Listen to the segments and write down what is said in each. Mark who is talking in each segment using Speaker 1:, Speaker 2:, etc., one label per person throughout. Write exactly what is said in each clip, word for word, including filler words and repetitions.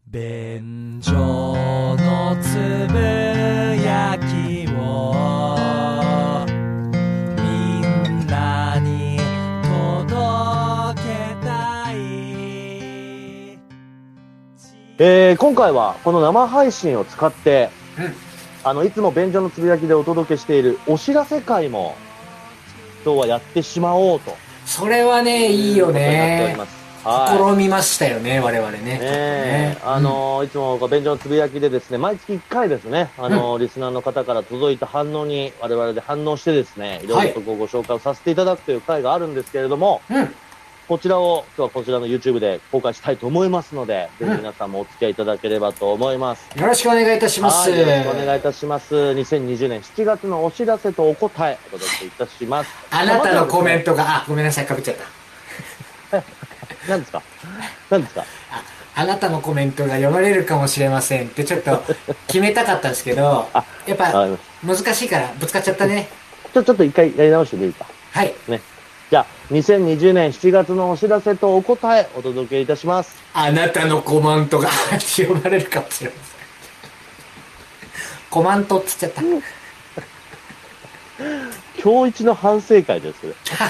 Speaker 1: 便所のつぶやきをみんなに届けたい、
Speaker 2: えー、今回はこの生配信を使って、
Speaker 3: うん、
Speaker 2: あのいつも便所のつぶやきでお届けしているお知らせ会も今日はやってしまおうと。
Speaker 3: それはね、いいよね。試みましたよね、我々ね。
Speaker 2: ねえ、あのーうん、いつも便所のつぶやきでですね、毎月いっかいですね、あのーうん、リスナーの方から届いた反応に我々で反応してですね、いろいろとご紹介をさせていただくという回があるんですけれども、
Speaker 3: うん、
Speaker 2: こちらを今日はこちらの YouTube で公開したいと思いますので、うん、ぜひ皆さんもお付き合いいただければと思います。
Speaker 3: よろしくお願いいたします。
Speaker 2: よろしくお願いいたします。にせんにじゅうねんしちがつのお知らせとお答えお届けいたします。
Speaker 3: あなたのコメントが、あ、ごめんなさい、かぶっちゃった。
Speaker 2: 何ですか何ですか
Speaker 3: あ、あなたのコメントが読まれるかもしれませんってちょっと決めたかったんですけど、やっぱ難しいからぶつかっちゃったね。
Speaker 2: ちょ、ちょっと一回やり直してみるか。
Speaker 3: はい。
Speaker 2: ね。じゃあ、にせんにじゅうねんしちがつのお知らせとお答えお届けいたします。
Speaker 3: あなたのコマントが読まれるかもしれません。コマントっつっちゃった。
Speaker 2: 今日一の反省会です。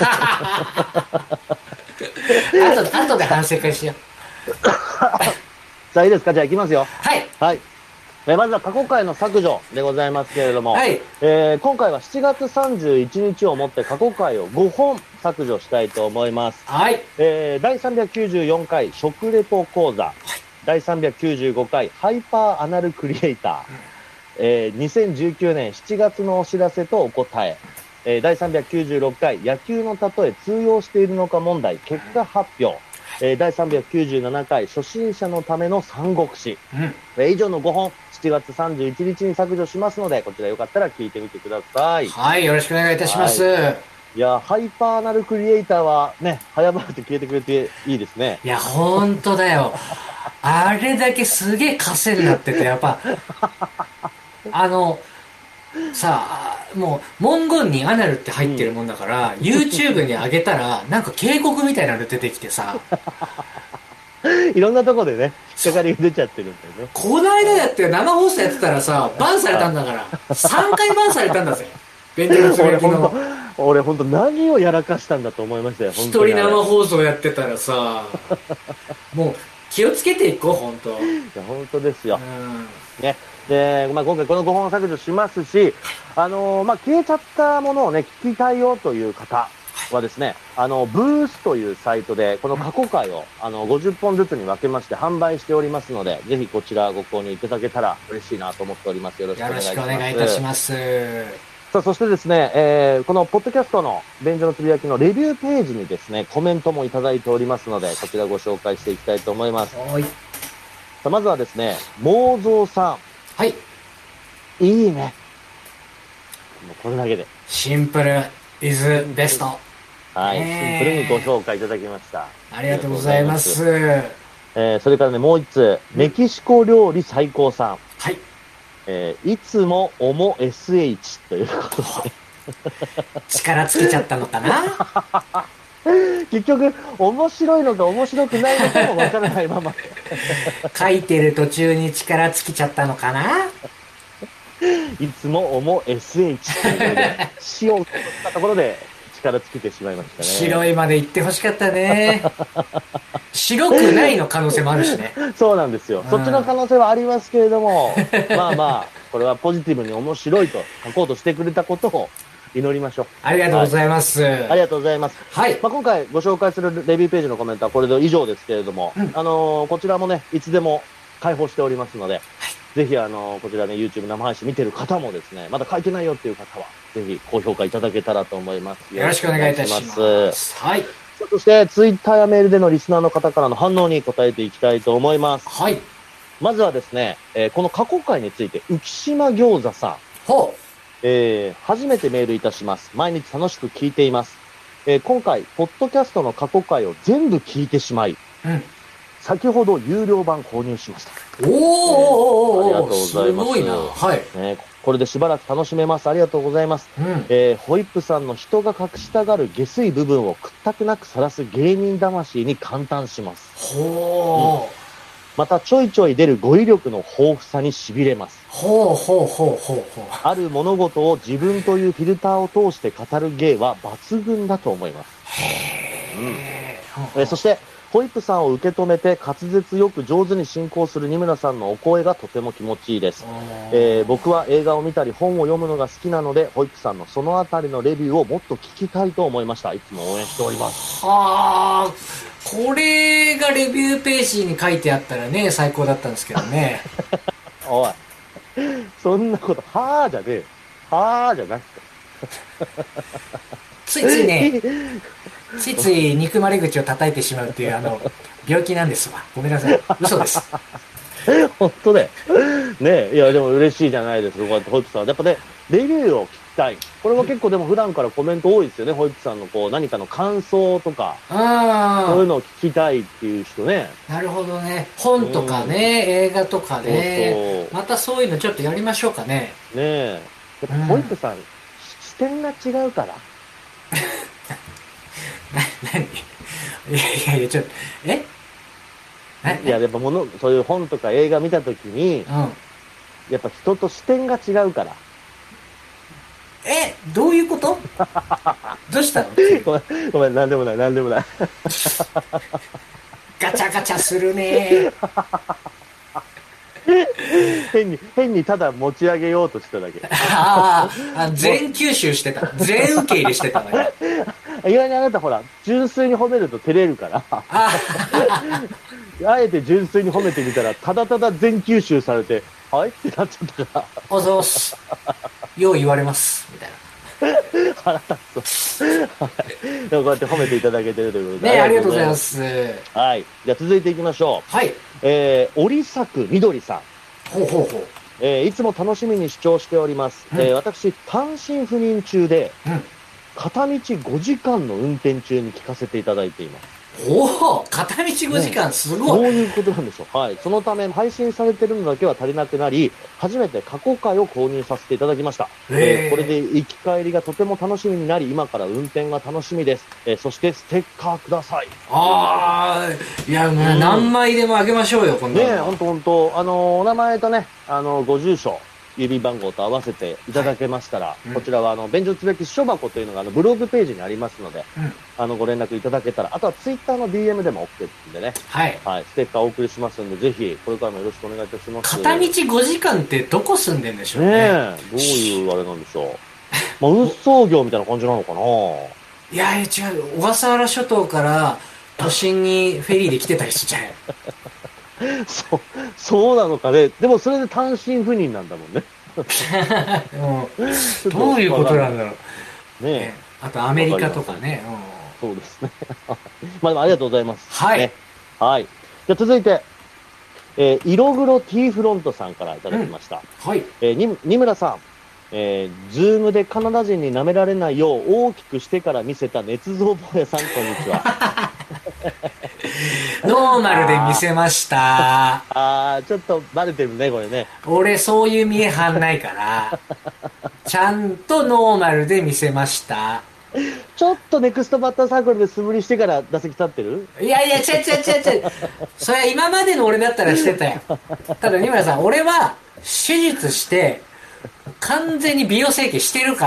Speaker 3: あとで、あとで反省会しよう。
Speaker 2: さあ、いいですか？じゃあ行きますよ。
Speaker 3: はい。
Speaker 2: はい。えまずは過去回の削除でございますけれども、
Speaker 3: はい。
Speaker 2: えー、今回はしちがつさんじゅういちにちをもって過去回をごほん削除したいと思います。
Speaker 3: はい。
Speaker 2: えー、だいさんびゃくきゅうじゅうよんかい食レポ講座、はい、だいさんびゃくきゅうじゅうごかいハイパーアナルクリエイター、うん、えー、にせんじゅうきゅうねんしちがつのお知らせとお答え、えー、だいさんびゃくきゅうじゅうろっかい野球の例え通用しているのか問題結果発表、えー、だいさんびゃくきゅうじゅうななかい初心者のための三国志、うん、えー、以上のごほんしちがつさんじゅういちにちに削除しますので、こちらよかったら聞いてみてください。
Speaker 3: はい、よろしくお願いいたします。
Speaker 2: はい、いやハイパーアナルクリエイターはね、早々と消えてくれていいですね。
Speaker 3: いやほんとだよ。あれだけすげえ稼になってて、やっぱあのさあ、もう文言にアナルって入ってるもんだから、うん、YouTube に上げたらなんか警告みたいなの出てきてさ
Speaker 2: いろんなとこでね、引っかかりが出ちゃってるんだよね。
Speaker 3: この間やって生放送やってたらさ、バンされたんだからさんかいバンされたんだぜ。便所のつぶやきの
Speaker 2: 俺ほんと何をやらかしたんだと思いましたよ。
Speaker 3: 一人生放送やってたらさもう気をつけていこう、本当。いや
Speaker 2: 本当ですよ、うん、ね。で、まあ、今回このごほん削除しますし、あのー、まあ、消えちゃったものをね聞きたいよという方はですね、あのブースというサイトでこの過去回をあのごじゅっぽんずつに分けまして販売しておりますので、ぜひこちらご購入いただけたら嬉しいなと思っております。よろしくお願いします。
Speaker 3: よろしくお願いいたします。
Speaker 2: さあ、そしてですね、えー、このポッドキャストの便所のつぶやきのレビューページにですね、コメントもいただいておりますので、こちらご紹介していきたいと思います。
Speaker 3: はい。さ
Speaker 2: あ、まずはですね、モーゾーさん。
Speaker 3: はい。
Speaker 2: いいね。もうこれだけで。
Speaker 3: シンプル is ベスト。
Speaker 2: はい、シンプルにご評価いただきました。
Speaker 3: ありがとうございます。
Speaker 2: えー、それからね、もう一つ、メキシコ料理最高さん。
Speaker 3: はい。
Speaker 2: えー、いつもおも エスエイチ ということで。
Speaker 3: 力つけちゃったのかな
Speaker 2: 結局、面白いのか面白くないのかもわからないまま。
Speaker 3: 書いてる途中に力つけちゃったのかない
Speaker 2: つもおも エスエイチ ということで、死を打ったところで力つけてしまいましたね。
Speaker 3: 白いまで行ってほしかったね。白くないの可能性もあるしね。
Speaker 2: そうなんですよ。そっちの可能性はありますけれども、まあまあ、これはポジティブに面白いと書こうとしてくれたことを祈りましょう。
Speaker 3: ありがとうございます。はい、
Speaker 2: ありがとうございます。
Speaker 3: はい。
Speaker 2: まあ、今回ご紹介するレビューページのコメントはこれで以上ですけれども、うん、あのー、こちらもね、いつでも開放しておりますので、はい、ぜひあのー、こちらね、YouTube 生配信見てる方もですね、まだ書いてないよっていう方は、ぜひ高評価いただけたらと思います。
Speaker 3: よろしくお願いいたします。はい。
Speaker 2: そして、ツイッターやメールでのリスナーの方からの反応に答えていきたいと思います。
Speaker 3: はい。
Speaker 2: まずはですね、えー、この過去回について、浮島餃子さん。
Speaker 3: ほう。
Speaker 2: えー、初めてメールいたします。毎日楽しく聞いています。えー、今回、ポッドキャストの過去回を全部聞いてしまい、
Speaker 3: うん、
Speaker 2: 先ほど有料版購入しました。
Speaker 3: おー、おー、
Speaker 2: ありがとうございます。す
Speaker 3: ごいな。はい。
Speaker 2: ね、これでしばらく楽しめます。ありがとうございます。
Speaker 3: うん、
Speaker 2: えー、ホイップさんの人が隠したがる下水部分を屈託なく晒す芸人魂に感嘆します。
Speaker 3: ほー。
Speaker 2: うんまたちょいちょい出る語彙力の豊富さに痺れます。
Speaker 3: ほうほうほうほうほう。
Speaker 2: ある物事を自分というフィルターを通して語る芸は抜群だと思います。
Speaker 3: へー。
Speaker 2: うんえーそして、ホイップさんを受け止めて滑舌よく上手に進行する二村さんのお声がとても気持ちいいです。えー僕は映画を見たり本を読むのが好きなので、ホイップさんのそのあたりのレビューをもっと聞きたいと思いました。いつも応援しております。
Speaker 3: はあ、これがレビューページに書いてあったらね、最高だったんですけどね。
Speaker 2: おい、そんなこと、はーじゃねえ。はーじゃなくて。
Speaker 3: ついついね、ついつい憎まれ口を叩いてしまうっていう、あの、病気なんですわ。ごめんなさい。嘘です。
Speaker 2: 本当ね。ねえ、いや、でも嬉しいじゃないですか、こうやってホイップさん。やっぱね、レビューを聞きたい。これは結構でも普段からコメント多いですよね、ホイップさんのこう何かの感想とか、
Speaker 3: ああ、
Speaker 2: そういうのを聞きたいっていう人ね。
Speaker 3: なるほどね。本とかね、映画とかね。
Speaker 2: そう
Speaker 3: またそういうのちょっとやりましょうかね。
Speaker 2: そうねえ。やっぱホイップさん、視点が違うから。
Speaker 3: な、何いやいやいや、ちょっと、えない
Speaker 2: や、やっぱもの、そういう本とか映画見たときに、
Speaker 3: うん。
Speaker 2: やっぱ人と視点が違うから。
Speaker 3: え、どういうことどうしたの
Speaker 2: ごめん、ごめん、なんでもない、なんでもない。
Speaker 3: ガチャガチャするね。
Speaker 2: 変に、変にただ持ち上げようとしただけ。
Speaker 3: ああ、全吸収してた。全受け入れしてたのよ。
Speaker 2: 意外にあなたほら、純粋に褒めると照れるから、
Speaker 3: あ
Speaker 2: あえて純粋に褒めてみたら、ただただ全吸収されて、はいってなっちゃったから、
Speaker 3: おぞーす。よう言われます。みたい
Speaker 2: 腹立つ。はいでもこうやって褒めていただけてるということ
Speaker 3: な。
Speaker 2: で。
Speaker 3: ね、ありがとうございま。す。
Speaker 2: はい。じゃあ続いていきましょう。
Speaker 3: はい。
Speaker 2: えー、織作みどりさん。
Speaker 3: ほうほうほう。
Speaker 2: えーいつも楽しみに視聴しております。
Speaker 3: うん
Speaker 2: えー私、単身赴任中で、
Speaker 3: うん。
Speaker 2: 片道ごじかんの運転中に聞かせていただいています。
Speaker 3: おお、片道ごじかん、す
Speaker 2: ど
Speaker 3: ごい。
Speaker 2: ういうことなんでしょう。はい。そのため、配信されてるのだけは足りなくなり、初めて過去回を購入させていただきました。
Speaker 3: へー
Speaker 2: えーこれで行き帰りがとても楽しみになり、今から運転が楽しみです。えーそして、ステッカーください。
Speaker 3: ああ、いや、もう何枚でもあげましょうよ、今度
Speaker 2: ねえ、
Speaker 3: は。
Speaker 2: ほんとほんと、あのーお名前とね、あのーご住所、郵便番号と合わせていただけましたら、
Speaker 3: うん
Speaker 2: こちらは、あの、便所つべき書箱というのが、あの、ブログページにありますので、
Speaker 3: うん。
Speaker 2: あの、ご連絡いただけたら、あとはツイッターの ディーエム でも OK ですんでね、
Speaker 3: はい。
Speaker 2: はい、ステッカーお送りしますんで、ぜひ、これからもよろしくお願いいたします。
Speaker 3: 片道ごじかんってどこ住んでんでしょうね。
Speaker 2: ねえ、どういうあれなんでしょう。まあ、運送業みたいな感じなのかない
Speaker 3: やいや違う、小笠原諸島から都心にフェリーで来てたりしちゃう。
Speaker 2: そう、そうなのかね。でもそれで単身赴任なんだもんね。
Speaker 3: うん、どういうことなんだろう。
Speaker 2: ねえ
Speaker 3: ね、あとアメリカとかね。
Speaker 2: そうですね。まあでもありがとうございます。
Speaker 3: はい
Speaker 2: ねはい。じゃあ続いて、えー、色黒 T フロントさんからいただきました。
Speaker 3: うん、はい。
Speaker 2: えー、に、二村さん、えー、ズームでカナダ人に舐められないよう大きくしてから見せた捏造坊やさん、こんにちは。
Speaker 3: ノーマルで見せました。
Speaker 2: あー、ちょっとバレてるね、これね。
Speaker 3: 俺そういう見えはんないから、ちゃんとノーマルで見せました。
Speaker 2: ちょっとネクストバッターサークルで素振りしてから打席立ってる
Speaker 3: いやいや、違う違う違う違う。それは今までの俺だったらしてたよ。ただ、二村さん、俺は手術して、完全に美容整形してるから、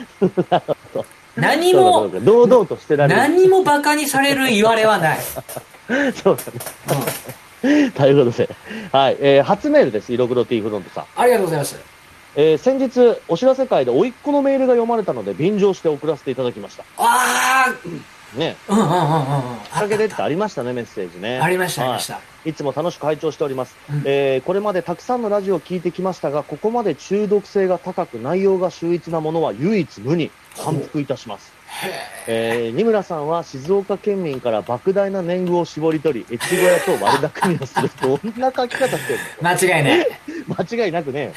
Speaker 3: 何も、
Speaker 2: 堂々としてられる。
Speaker 3: 何もバカにされる言われはない。
Speaker 2: そうだね。ということで、はい、えー、初メールです、色黒 T フロントさん。
Speaker 3: ありがとうございます。
Speaker 2: えー、先日、お知らせ会で甥っ子のメールが読まれたので、便乗して送らせていただきました。
Speaker 3: あ
Speaker 2: ね。
Speaker 3: ー、うんうんうんうんうん。
Speaker 2: きっかけでってありましたね、メッセージね。
Speaker 3: ありました、ありました。
Speaker 2: はい、いつも楽しく拝聴しております、
Speaker 3: うん
Speaker 2: えー。これまでたくさんのラジオを聞いてきましたが、ここまで中毒性が高く内容が秀逸なものは唯一無二、感服いたします。えー、二村さんは静岡県民から莫大な年貢を絞り取り、越後屋と悪巧みをする。どんな書き方してるの？
Speaker 3: 間違いない。
Speaker 2: 間違いなくね。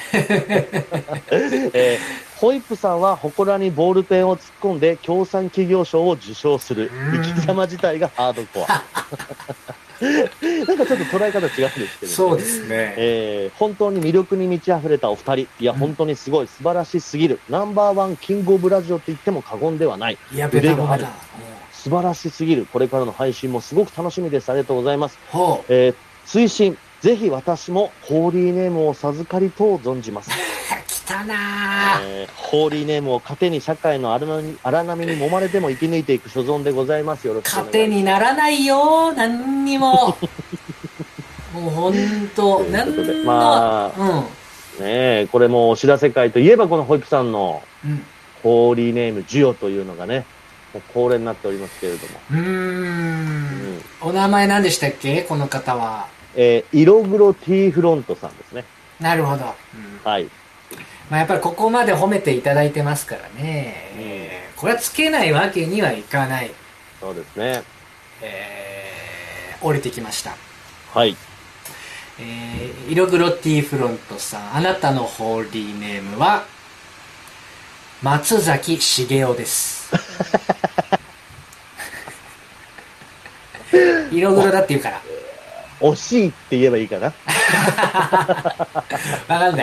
Speaker 2: えー、ホイップさんは祠にボールペンを突っ込んで協賛企業賞を受賞する。生き様自体がハードコア。なんかちょっと捉え方違うんですけど、ね、
Speaker 3: そうですね。
Speaker 2: えー、本当に魅力に満ち溢れたお二人。いや、本当にすごい、素晴らしすぎる。ナンバーワンキングオブラジオと言っても過言ではない。
Speaker 3: いや、ベタボベタ。
Speaker 2: 素晴らしすぎる。これからの配信もすごく楽しみです。ありがとうございます。
Speaker 3: ほう。
Speaker 2: えー推進。ぜひ私もホーリーネームを授かりと存じます。
Speaker 3: 来たなー、
Speaker 2: えーホーリーネームを糧に社会の荒波に荒波に揉まれても生き抜いていく所存でございます。よろしくお願いします。
Speaker 3: 糧にならないよ何にももうほんと
Speaker 2: という
Speaker 3: 何
Speaker 2: ことで
Speaker 3: の、
Speaker 2: ま
Speaker 3: うん
Speaker 2: ねえ、これもお知らせ会といえばこのホイップさんの
Speaker 3: うん
Speaker 2: ホーリーネーム授与というのがね、もう恒例になっておりますけれども。
Speaker 3: うーん
Speaker 2: うん
Speaker 3: お名前何でしたっけこの方は。
Speaker 2: えー、色黒 T フロントさんですね。
Speaker 3: なるほど、うん
Speaker 2: はい。
Speaker 3: まあ、やっぱりここまで褒めていただいてますからね、
Speaker 2: うん
Speaker 3: えーこれはつけないわけにはいかない、
Speaker 2: そうですね。
Speaker 3: えー降りてきました。
Speaker 2: はい。
Speaker 3: えー、色黒 T フロントさん、あなたのホーリーネームは松崎茂雄です色黒だって言うから
Speaker 2: 惜しいって言えばいいかな。
Speaker 3: わかんない。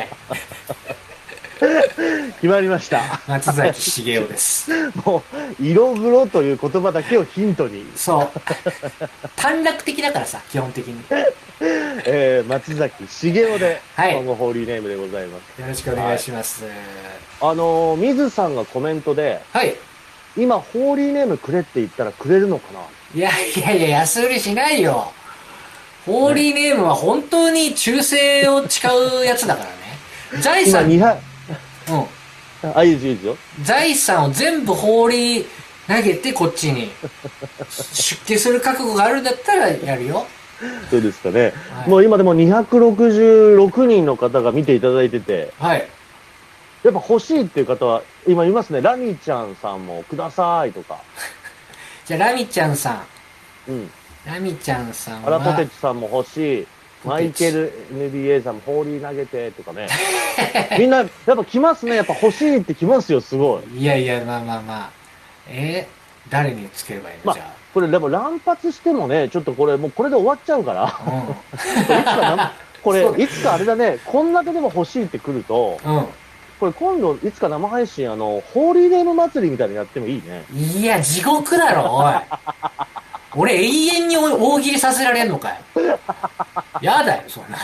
Speaker 2: 決まりました。
Speaker 3: 松崎茂雄です
Speaker 2: もう、色黒という言葉だけをヒントに、
Speaker 3: そう短絡的だからさ基本的に。
Speaker 2: えー、松崎茂雄で、
Speaker 3: はい
Speaker 2: 今後ホーリーネームでございます。
Speaker 3: よろしくお願いします。
Speaker 2: あのー、水さんがコメントで、
Speaker 3: はい。
Speaker 2: 今、ホーリーネームくれって言ったらくれるのかな。
Speaker 3: いやいやいや、安売りしないよ。ホーリーネームは本当に忠誠を誓うやつだからね。財
Speaker 2: 今、
Speaker 3: 産、
Speaker 2: にひゃく、
Speaker 3: う
Speaker 2: あ、いいです、いいですよ。
Speaker 3: ん。財産を全部放り投げてこっちに出家する覚悟があるんだったらやるよ。
Speaker 2: そうですかね。
Speaker 3: はい
Speaker 2: もう今でもにひゃくろくじゅうろくにんの方が見ていただいてて、
Speaker 3: はい。
Speaker 2: やっぱ欲しいっていう方は、今いますね。ラミちゃんさんもくださいとか。
Speaker 3: じゃあ、ラミちゃんさん。
Speaker 2: うん。
Speaker 3: ラミちゃんさん
Speaker 2: アラポテ
Speaker 3: は、
Speaker 2: チさんも欲しい。マイケル エヌビーエー さんもホーリー投げてとかね。みんな、やっぱ来ますね。やっぱ欲しいって来ますよ、すごい。
Speaker 3: いやいや、まあまあまあ。えー、誰につければいいの、
Speaker 2: まあ
Speaker 3: じゃ
Speaker 2: これでも乱発してもね、ちょっとこれもうこれで終わっちゃうから。
Speaker 3: あ。
Speaker 2: いつかなこれ
Speaker 3: そう、
Speaker 2: いつかあれだね、こんだけでも欲しいって来ると、
Speaker 3: うん。うん。
Speaker 2: これ今度いつか生配信、あの、ホーリーネーム祭りみたいなのやってもいいね。
Speaker 3: いや、地獄だろ、おい。俺永遠に大喜利させられんのかよ。やだよ、そんな。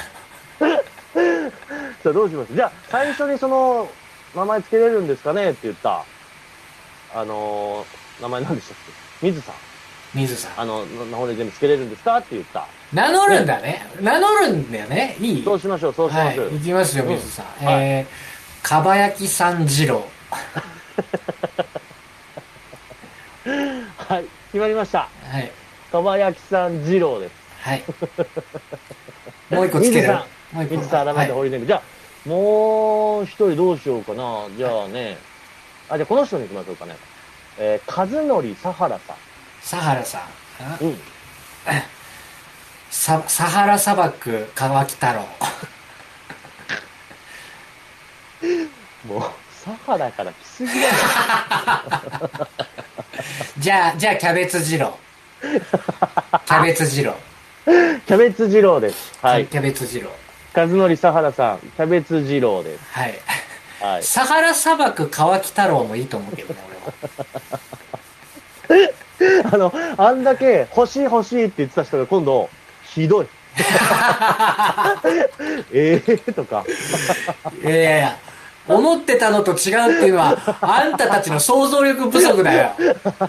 Speaker 2: じゃあどうします？じゃあ最初にその、名前つけれるんですかねって言った、あのー、名前何でしたっけ？水さん。
Speaker 3: 水さん。
Speaker 2: あの、なホーリーネームつけれるんですかって言った。
Speaker 3: 名乗るんだね。名乗るんだよね。いい？
Speaker 2: そうしましょう、そうしましょう。
Speaker 3: はい。いきますよ、水さん。
Speaker 2: うんはい
Speaker 3: えー、かばやきさん二郎。
Speaker 2: はい、決まりました。
Speaker 3: はい。
Speaker 2: かばやきさん二郎です。
Speaker 3: はい。もう一個つける。
Speaker 2: 水さん、
Speaker 3: もう一個。
Speaker 2: 水さん改めてホーリーネーム。じゃあ、もう一人どうしようかな。じゃあね、あ、じゃあこの人に行きましょうかね。えー、和則佐原さ
Speaker 3: サハラさん。
Speaker 2: ん。うん。
Speaker 3: さ、サハラ砂漠、川木太郎。
Speaker 2: もう、サハラから来すぎだよ。
Speaker 3: じゃあ、じゃあ、キャベツ二郎。キャベツ二郎。
Speaker 2: キャベツ二郎です。はい。
Speaker 3: キャベツ二郎。
Speaker 2: 和則佐原さん、キャベツ二郎です。
Speaker 3: はい。
Speaker 2: はい。
Speaker 3: サハラ砂漠、川木太郎もいいと思うけどね、俺は。
Speaker 2: あの、あんだけ欲しい欲しいって言ってた人が今度、ひどい。ええとか。
Speaker 3: いやいやいや、思ってたのと違うっていうのは、あんたたちの想像力不足だよ。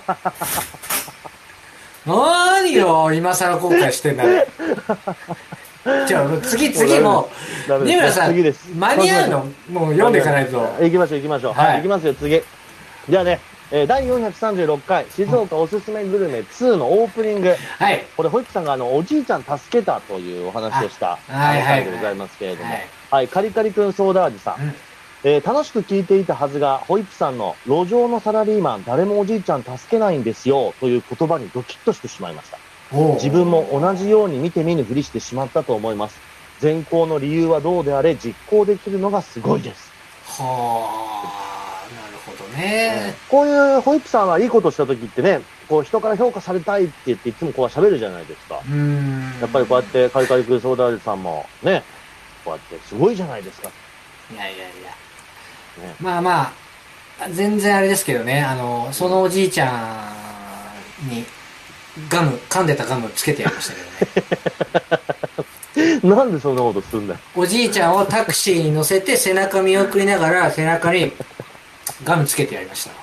Speaker 3: 何よ、今更後悔してんだよ。じゃあ、次、次もう、
Speaker 2: ダメです
Speaker 3: 二村さん、
Speaker 2: 次です
Speaker 3: 間に合うのもう読んでいかないと。
Speaker 2: 行きましょう行きましょう。
Speaker 3: はい
Speaker 2: はい、行きますよ、次。じゃあね、えー、だいよんひゃくさんじゅうろっかい、静岡おすすめグルメツーのオープニング。
Speaker 3: はい。
Speaker 2: これ、ホイップさんがあの、おじいちゃん助けたというお話をした、
Speaker 3: あはいはいはい
Speaker 2: 回でございますけれども。
Speaker 3: は
Speaker 2: はいい、カリカリ君ソーダ味さん。
Speaker 3: うん
Speaker 2: えー楽しく聞いていたはずが、ホイップさんの路上のサラリーマン、誰もおじいちゃん助けないんですよ、という言葉にドキッとしてしまいました。
Speaker 3: おう
Speaker 2: 自分も同じように見て見ぬふりしてしまったと思います。善行の理由はどうであれ、実行できるのがすごいです。
Speaker 3: はあ、なるほどね。
Speaker 2: こういうホイップさんはいいことした時ってね、こう人から評価されたいって言っていつもこう喋るじゃないですか。
Speaker 3: うーん。
Speaker 2: やっぱりこうやってカリカリ君ソーダ味さんもね、こうやってすごいじゃないですか。
Speaker 3: いやいやいや。
Speaker 2: ね、
Speaker 3: まあまあ、全然あれですけどね、あの、そのおじいちゃんにガム、噛んでたガムつけてやりましたけどね。
Speaker 2: なんでそんなことすんだよ。
Speaker 3: おじいちゃんをタクシーに乗せて背中見送りながら背中にガムつけてやりました。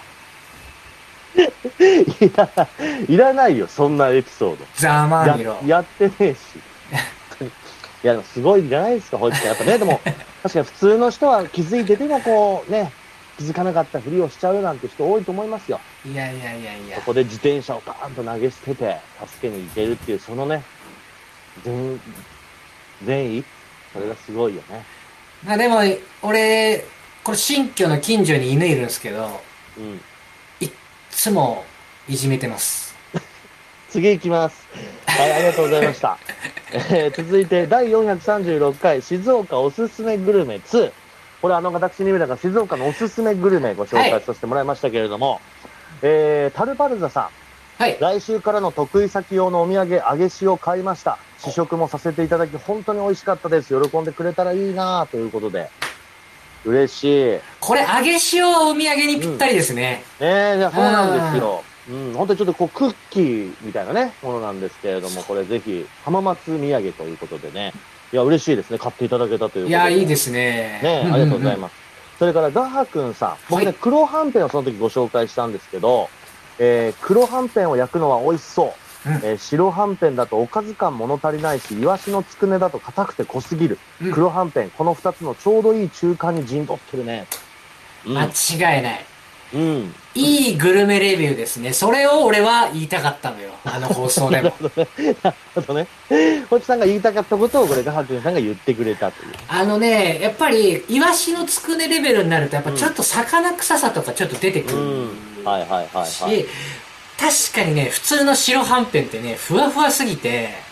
Speaker 2: いらない、いらないよ、そんなエピソード。
Speaker 3: ざまあみろ。
Speaker 2: や、やってねえし。いや、でもすごいんじゃないですか、ホイップさん。やっぱね、でも、確かに普通の人は気づいててもこう、ね、気づかなかったふりをしちゃうなんて人多いと思いますよ。
Speaker 3: いやいやいやいや
Speaker 2: そ。こで自転車をバーンと投げ捨てて、助けに行けるっていう、そのね、善、善意それがすごいよね。
Speaker 3: まあでも、俺、これ新居の近所に犬いるんですけど、
Speaker 2: うん。
Speaker 3: いっつもいじめてます。
Speaker 2: 次行きます。はい、ありがとうございました。えー、続いて、だいよんひゃくさんじゅうろっかい、静岡おすすめグルメツー。これ、あの、私、ニムラが静岡のおすすめグルメご紹介させてもらいましたけれども、はい、えー、タルパルザさん。
Speaker 3: はい。
Speaker 2: 来週からの得意先用のお土産、揚げ塩を買いました。試食もさせていただき、本当に美味しかったです。喜んでくれたらいいなということで。嬉しい。
Speaker 3: これ、揚げ塩はお土産にぴったりですね。
Speaker 2: うん、ねえ、いや、そうなんですよ。うん、本当にちょっとこう、クッキーみたいなね、ものなんですけれども、これぜひ、浜松土産ということでね。いや、嬉しいですね。買っていただけたということで。
Speaker 3: いや、いいですね。
Speaker 2: ねえ、ありがとうございます。それから、ガハ君さん。僕ね、はい、黒はんぺんをその時ご紹介したんですけど、えー、黒はんぺんを焼くのは美味しそう。うん、えー、白はんぺんだとおかず感物足りないし、イワシのつくねだと硬くて濃すぎる。うん、黒はんぺん、この二つのちょうどいい中間に陣取ってるね。
Speaker 3: うん、間違いない。
Speaker 2: うん。
Speaker 3: いいグルメレビューですね。それを俺は言いたかったのよ。あの放送でも。
Speaker 2: なるほどね。ホチさんが言いたかったことをこれガハ君さんが言ってくれたという。
Speaker 3: あのね、やっぱり、イワシのつくねレベルになると、やっぱちょっと魚臭さとかちょっと出てくる。うん
Speaker 2: うん、はいはいはいはい。
Speaker 3: し、確かにね、普通の白はんぺんってね、ふわふわすぎて、うん、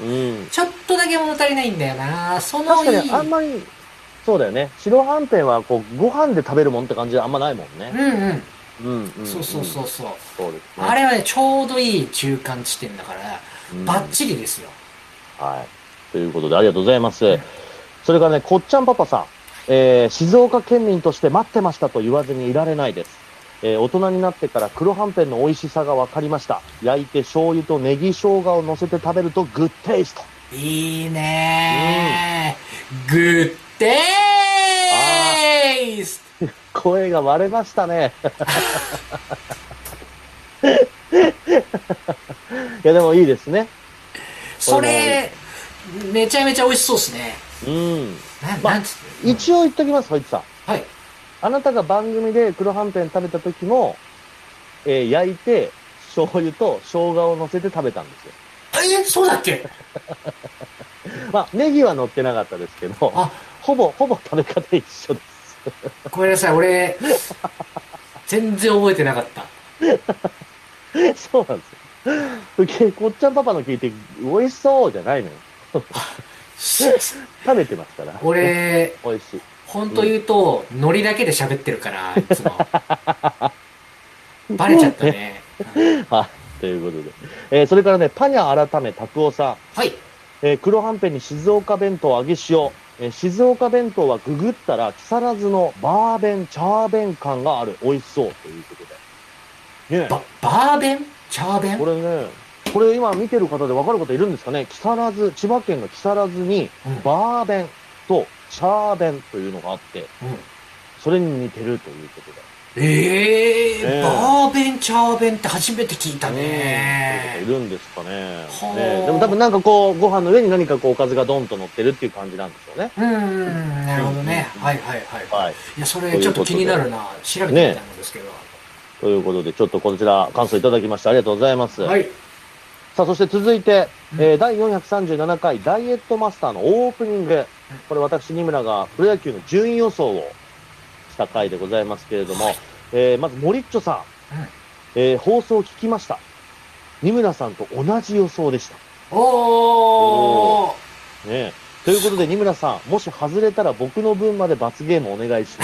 Speaker 3: ちょっとだけ物足りないんだよな。その
Speaker 2: 確かにあんまり、そうだよね。白はんぺんはこう、ご飯で食べるもんって感じはあんまないもんね。
Speaker 3: うんうん。
Speaker 2: うんうんうん、
Speaker 3: そうそうそうそう。
Speaker 2: そうですね。
Speaker 3: あれはね、ちょうどいい中間地点だから、うん、バッチリですよ。
Speaker 2: はい。ということで、ありがとうございます。うん、それからね、こっちゃんパパさん、えー、静岡県民として待ってましたと言わずにいられないです。えー、大人になってから黒はんぺんの美味しさが分かりました。焼いて醤油とネギ生姜を乗せて食べるとグッテイスト。
Speaker 3: いいねー、うん、グッテイスト。
Speaker 2: 声が割れましたね。いやでもいいですね。
Speaker 3: それめちゃめちゃ美味しそうですね。
Speaker 2: うん。
Speaker 3: な、
Speaker 2: まあ、
Speaker 3: なんつって、
Speaker 2: 一応言っときます、ホイップさん。
Speaker 3: はい。
Speaker 2: あなたが番組で黒はんぺん食べた時も、えー、焼いて醤油と生姜を乗せて食べたんですよ。
Speaker 3: え、そうだっけ？
Speaker 2: まあネギは乗ってなかったですけど、あ、ほぼほぼ食べ方一緒です。
Speaker 3: ごめんなさい、俺全然覚えてなかった。
Speaker 2: そうなんですよ。こっちゃんパパの聞いて美味しそうじゃないのよ。食べてますから。
Speaker 3: 俺
Speaker 2: 美味しい。
Speaker 3: 本当言うと、うん、海苔だけで喋ってるからいつもバレちゃったね。
Speaker 2: はい、ということで、えー、それからね、パニャ改め拓夫さん。
Speaker 3: はい。
Speaker 2: えー、黒はんぺんに静岡弁当揚げ塩。えー、静岡弁当はググったら木更津のバーベンチャーベン感がある。美味しそうということで。ね、
Speaker 3: ババーベンチャーベン、
Speaker 2: これね、これ今見てる方で分かる方いるんですかね。木更津、千葉県の木更津にバーベンとチャーベンというのがあって、うん、それに似てるということで。
Speaker 3: ええー、バーベンチャーベンって初めて聞いたね。
Speaker 2: そういう方いるんですかね。ね、でも多分なんかこうご飯の上に何かこうおかずがドンと乗ってるっていう感じなんでしょうね。
Speaker 3: うん、なるほどね。うん、はいはいはい。はい、いやそれちょっと気になるな。調べてみたいんですけど、ね。
Speaker 2: ということでちょっとこちら感想いただきましてありがとうございます。
Speaker 3: はい。
Speaker 2: さあそして続いて、うん、えー、だいよんひゃくさんじゅうななかいダイエットマスターのオープニング。これ私二村がプロ野球の順位予想をした回でございますけれども、はい、えー、まず森っちょさん、うん、えー、放送を聞きました。二村さんと同じ予想でした。
Speaker 3: おー、
Speaker 2: ね、ということで二村さんもし外れたら僕の分まで罰ゲームお願いします。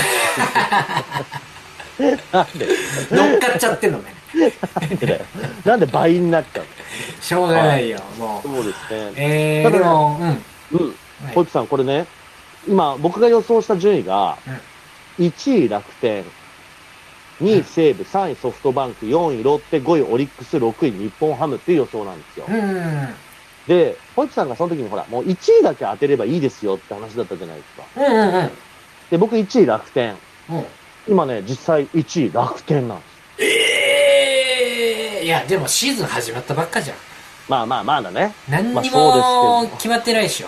Speaker 2: なんで
Speaker 3: 乗っかっちゃってんのね。
Speaker 2: なんでだよ。なんで倍になっちゃうの。
Speaker 3: しょうがないよ、もう。
Speaker 2: そうですね。
Speaker 3: えー、でも、
Speaker 2: うん。うん。小池さん、これね、今、僕が予想した順位が、いちい楽天、にい西武、さんいソフトバンク、よんいロッテ、ごいオリックス、ろくい日本ハムっていう予想なんですよ。
Speaker 3: うん。
Speaker 2: で、ホイップさんがその時にほら、もういちいだけ当てればいいですよって話だったじゃないですか。
Speaker 3: うんうんうん。
Speaker 2: で、僕いちい楽天。
Speaker 3: うん。
Speaker 2: 今ね、実際いちい楽天なんです。
Speaker 3: ええー、いや、でもシーズン始まったばっかじゃん。
Speaker 2: まあまあまあだね。
Speaker 3: 何に
Speaker 2: まあ
Speaker 3: も決まってないでしょ。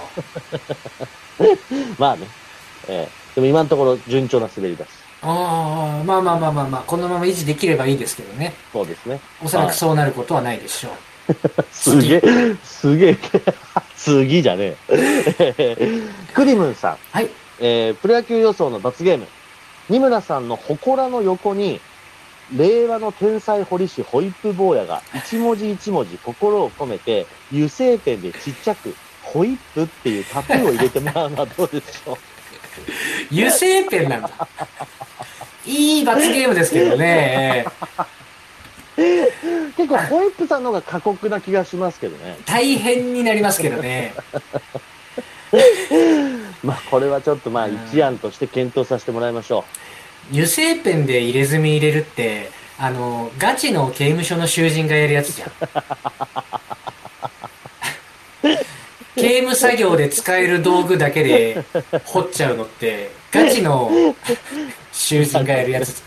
Speaker 2: まあね。えー、でも今のところ順調な滑りだし。
Speaker 3: ああ、まあまあまあまあまあ、このまま維持できればいいですけどね。
Speaker 2: そうですね。
Speaker 3: おそらくそうなることはないでしょう。
Speaker 2: すげえ、すげえ、次じゃねえ。クリムンさん。
Speaker 3: はい。
Speaker 2: えー、プロ野球予想の罰ゲーム。二村さんの祠の横に、令和の天才彫師ホイップ坊やが一文字一文字心を込めて油性ペンでちっちゃくホイップっていうタトゥーを入れてもらうのはどうでしょう。
Speaker 3: 油性ペンなんだ。いい罰ゲームですけどね。
Speaker 2: 結構ホイップさんの方が過酷な気がしますけどね。
Speaker 3: 大変になりますけどね。
Speaker 2: まあこれはちょっとまあ一案として検討させてもらいましょう。
Speaker 3: 油性ペンで入れ墨入れるってあのガチの刑務所の囚人がやるやつじゃん。刑務作業で使える道具だけで彫っちゃうのってガチの囚人がやるやつ。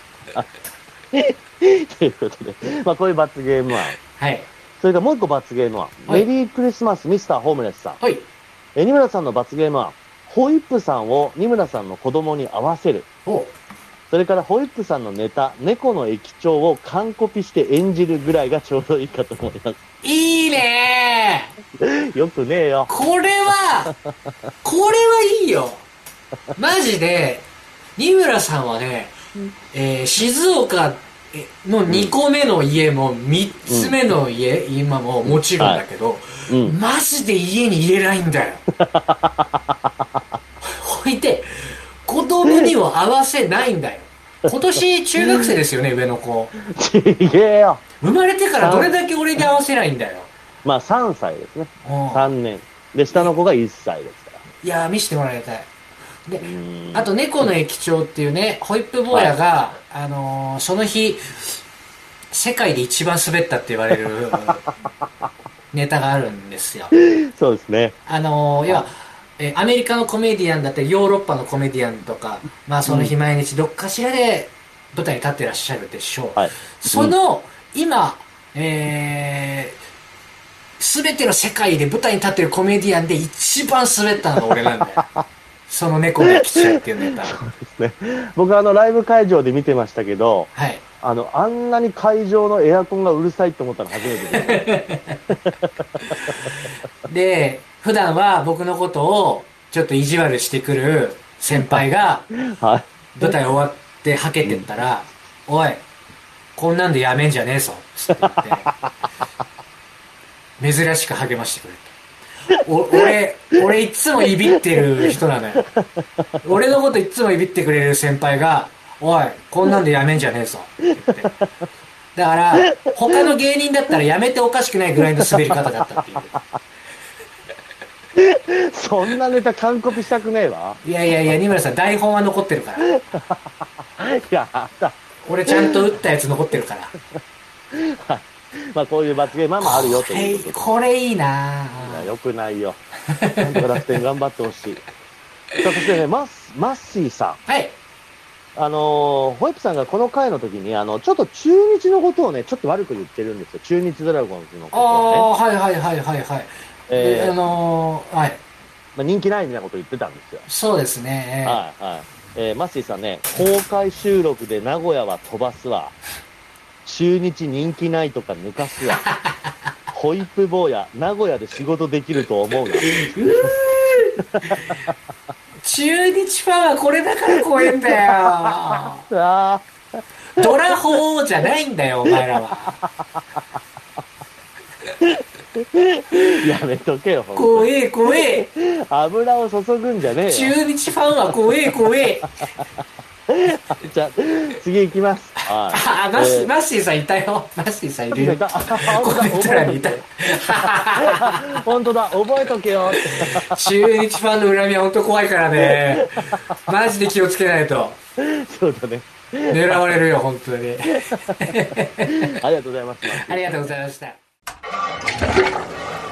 Speaker 2: ということで、まあこういう罰ゲーム案。
Speaker 3: はい。
Speaker 2: それからもう一個罰ゲーム案。
Speaker 3: はい、
Speaker 2: メリークリスマスミスターホームレスさん。
Speaker 3: はい。
Speaker 2: え、二村さんの罰ゲーム案。ホイップさんを二村さんの子供に合わせる。
Speaker 3: お
Speaker 2: それからホイップさんのネタ、猫の駅長を完コピして演じるぐらいがちょうどいいかと思います。
Speaker 3: いいね
Speaker 2: ー。よくねえよ。
Speaker 3: これは、これはいいよ。マジで、二村さんはね、えー、静岡のにこめの家もみっつめの家、うん、今ももちろんだけど、はいうん、マジで家に入れないんだよ。ほいで、子供には合わせないんだよ。今年中学生ですよね、上の子。
Speaker 2: ちげえよ。
Speaker 3: 生まれてからどれだけ俺に合わせないんだよ。
Speaker 2: まあさんさいですね。さんねん。で、下の子がいっさいですから。
Speaker 3: いやー、見せてもらいたい。で、あと、猫の駅長っていうね、ホイップ坊やが、はい、あのー、その日、世界で一番滑ったって言われるネタがあるんですよ。
Speaker 2: そうですね。
Speaker 3: あのー、要は、えアメリカのコメディアンだったりヨーロッパのコメディアンとか、まあその日毎日どっかしらで舞台に立ってらっしゃるでしょう。はい、その、うん、今、えー、すべての世界で舞台に立ってるコメディアンで一番滑ったのが俺なんだよ。その猫の駅長っていうネタ。
Speaker 2: そうですね。僕あのライブ会場で見てましたけど、はい。あの、あんなに会場のエアコンがうるさいって思ったの初めて
Speaker 3: で。で、普段は僕のことをちょっと意地悪してくる先輩が、はい、舞台終わってはけてったら、うん、おい、こんなんでやめんじゃねえぞ、つって言って、珍しく励ましてくれた。お俺、俺いつもいびってる人なのよ。俺のこといつもいびってくれる先輩が、おい、こんなんでやめんじゃねえぞ、って言って。だから、他の芸人だったらやめておかしくないぐらいの滑り方だったっていう。
Speaker 2: そんなネタ完コピしたくねえわ。
Speaker 3: いやいやいや、二村さん台本は残ってるから。いやだ。俺ちゃんと打ったやつ残ってるから。
Speaker 2: まあこういう罰ゲームもあるよということで。
Speaker 3: これいいなぁ。
Speaker 2: いや、よくないよ。なんとか楽天頑張ってほしい。さあ、そしてね、マッ、マッシーさん。はい。あのー、ホイップさんがこの回の時に、あの、ちょっと中日のことをね、ちょっと悪く言ってるんですよ。中日ドラゴンズのことをね。
Speaker 3: ああ、はいはいはいはいはい。えー、あのー、はい。
Speaker 2: まあ、人気ないみたいなこと言ってたんですよ。
Speaker 3: そうですね。
Speaker 2: はいはい。えー、マッシーさんね、公開収録で名古屋は飛ばすわ。中日人気ないとか抜かすわ。ホイップ坊や、名古屋で仕事できると思うな。
Speaker 3: 中日ファンはこれだから怖いんだよ。あドラホーじゃないんだよ、お前らは。
Speaker 2: やめとけよ、ほんと。
Speaker 3: 怖え、怖え。
Speaker 2: 油を注ぐんじゃねえよ。
Speaker 3: 中日ファンは怖え、怖え。
Speaker 2: じゃあ、次行きます。
Speaker 3: はい、あ、マッシー、えー、マッシーさんいたよ。マッシーさんいるよ。コメント欄にいた。
Speaker 2: 本当だ、覚えとけよ。
Speaker 3: 中日ファンの恨みは本当怖いからね。マジで気をつけないと。
Speaker 2: そうだね。
Speaker 3: 狙われるよ、本当に。
Speaker 2: ありがとうございました。
Speaker 3: ありがとうございました。